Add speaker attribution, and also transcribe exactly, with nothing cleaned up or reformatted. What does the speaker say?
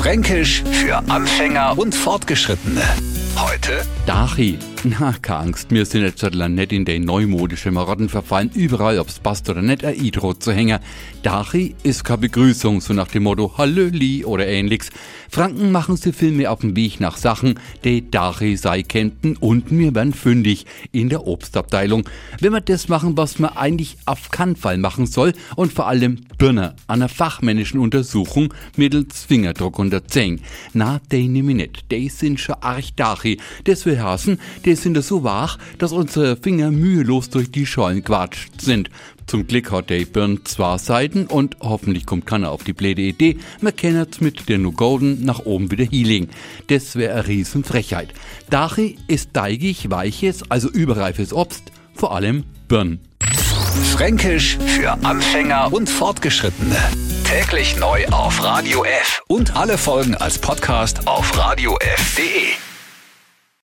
Speaker 1: Fränkisch für Anfänger und Fortgeschrittene. Heute
Speaker 2: Dachi. Na, keine Angst, wir sind jetzt halt nicht in den neumodischen Marotten verfallen, überall, ob's passt oder nicht, ein Intro zu hängen. Dachi ist keine Begrüßung, so nach dem Motto Hallöli oder ähnliches. Franken machen sie vielmehr auf dem Weg nach Sachen, die Dachi sei kennten, und wir werden fündig in der Obstabteilung. Wenn wir das machen, was man eigentlich auf keinen Fall machen soll, und vor allem Birne an einer fachmännischen Untersuchung mittels Fingerdruck unter Zähn. Na, die nehmen wir nicht, die sind schon arg Dachi. Das will heißen, die sind so wach, dass unsere Finger mühelos durch die Schollen quatscht sind. Zum Glück hat der Birn zwei Seiten und hoffentlich kommt keiner auf die blöde Idee, man kann es mit der No Golden nach oben wieder hinlegen. Das wäre eine Riesenfrechheit. Dachi ist teigig, weiches, also überreifes Obst, vor allem Birn.
Speaker 1: Fränkisch für Anfänger und Fortgeschrittene. Täglich neu auf Radio F und alle Folgen als Podcast auf radio f punkt de.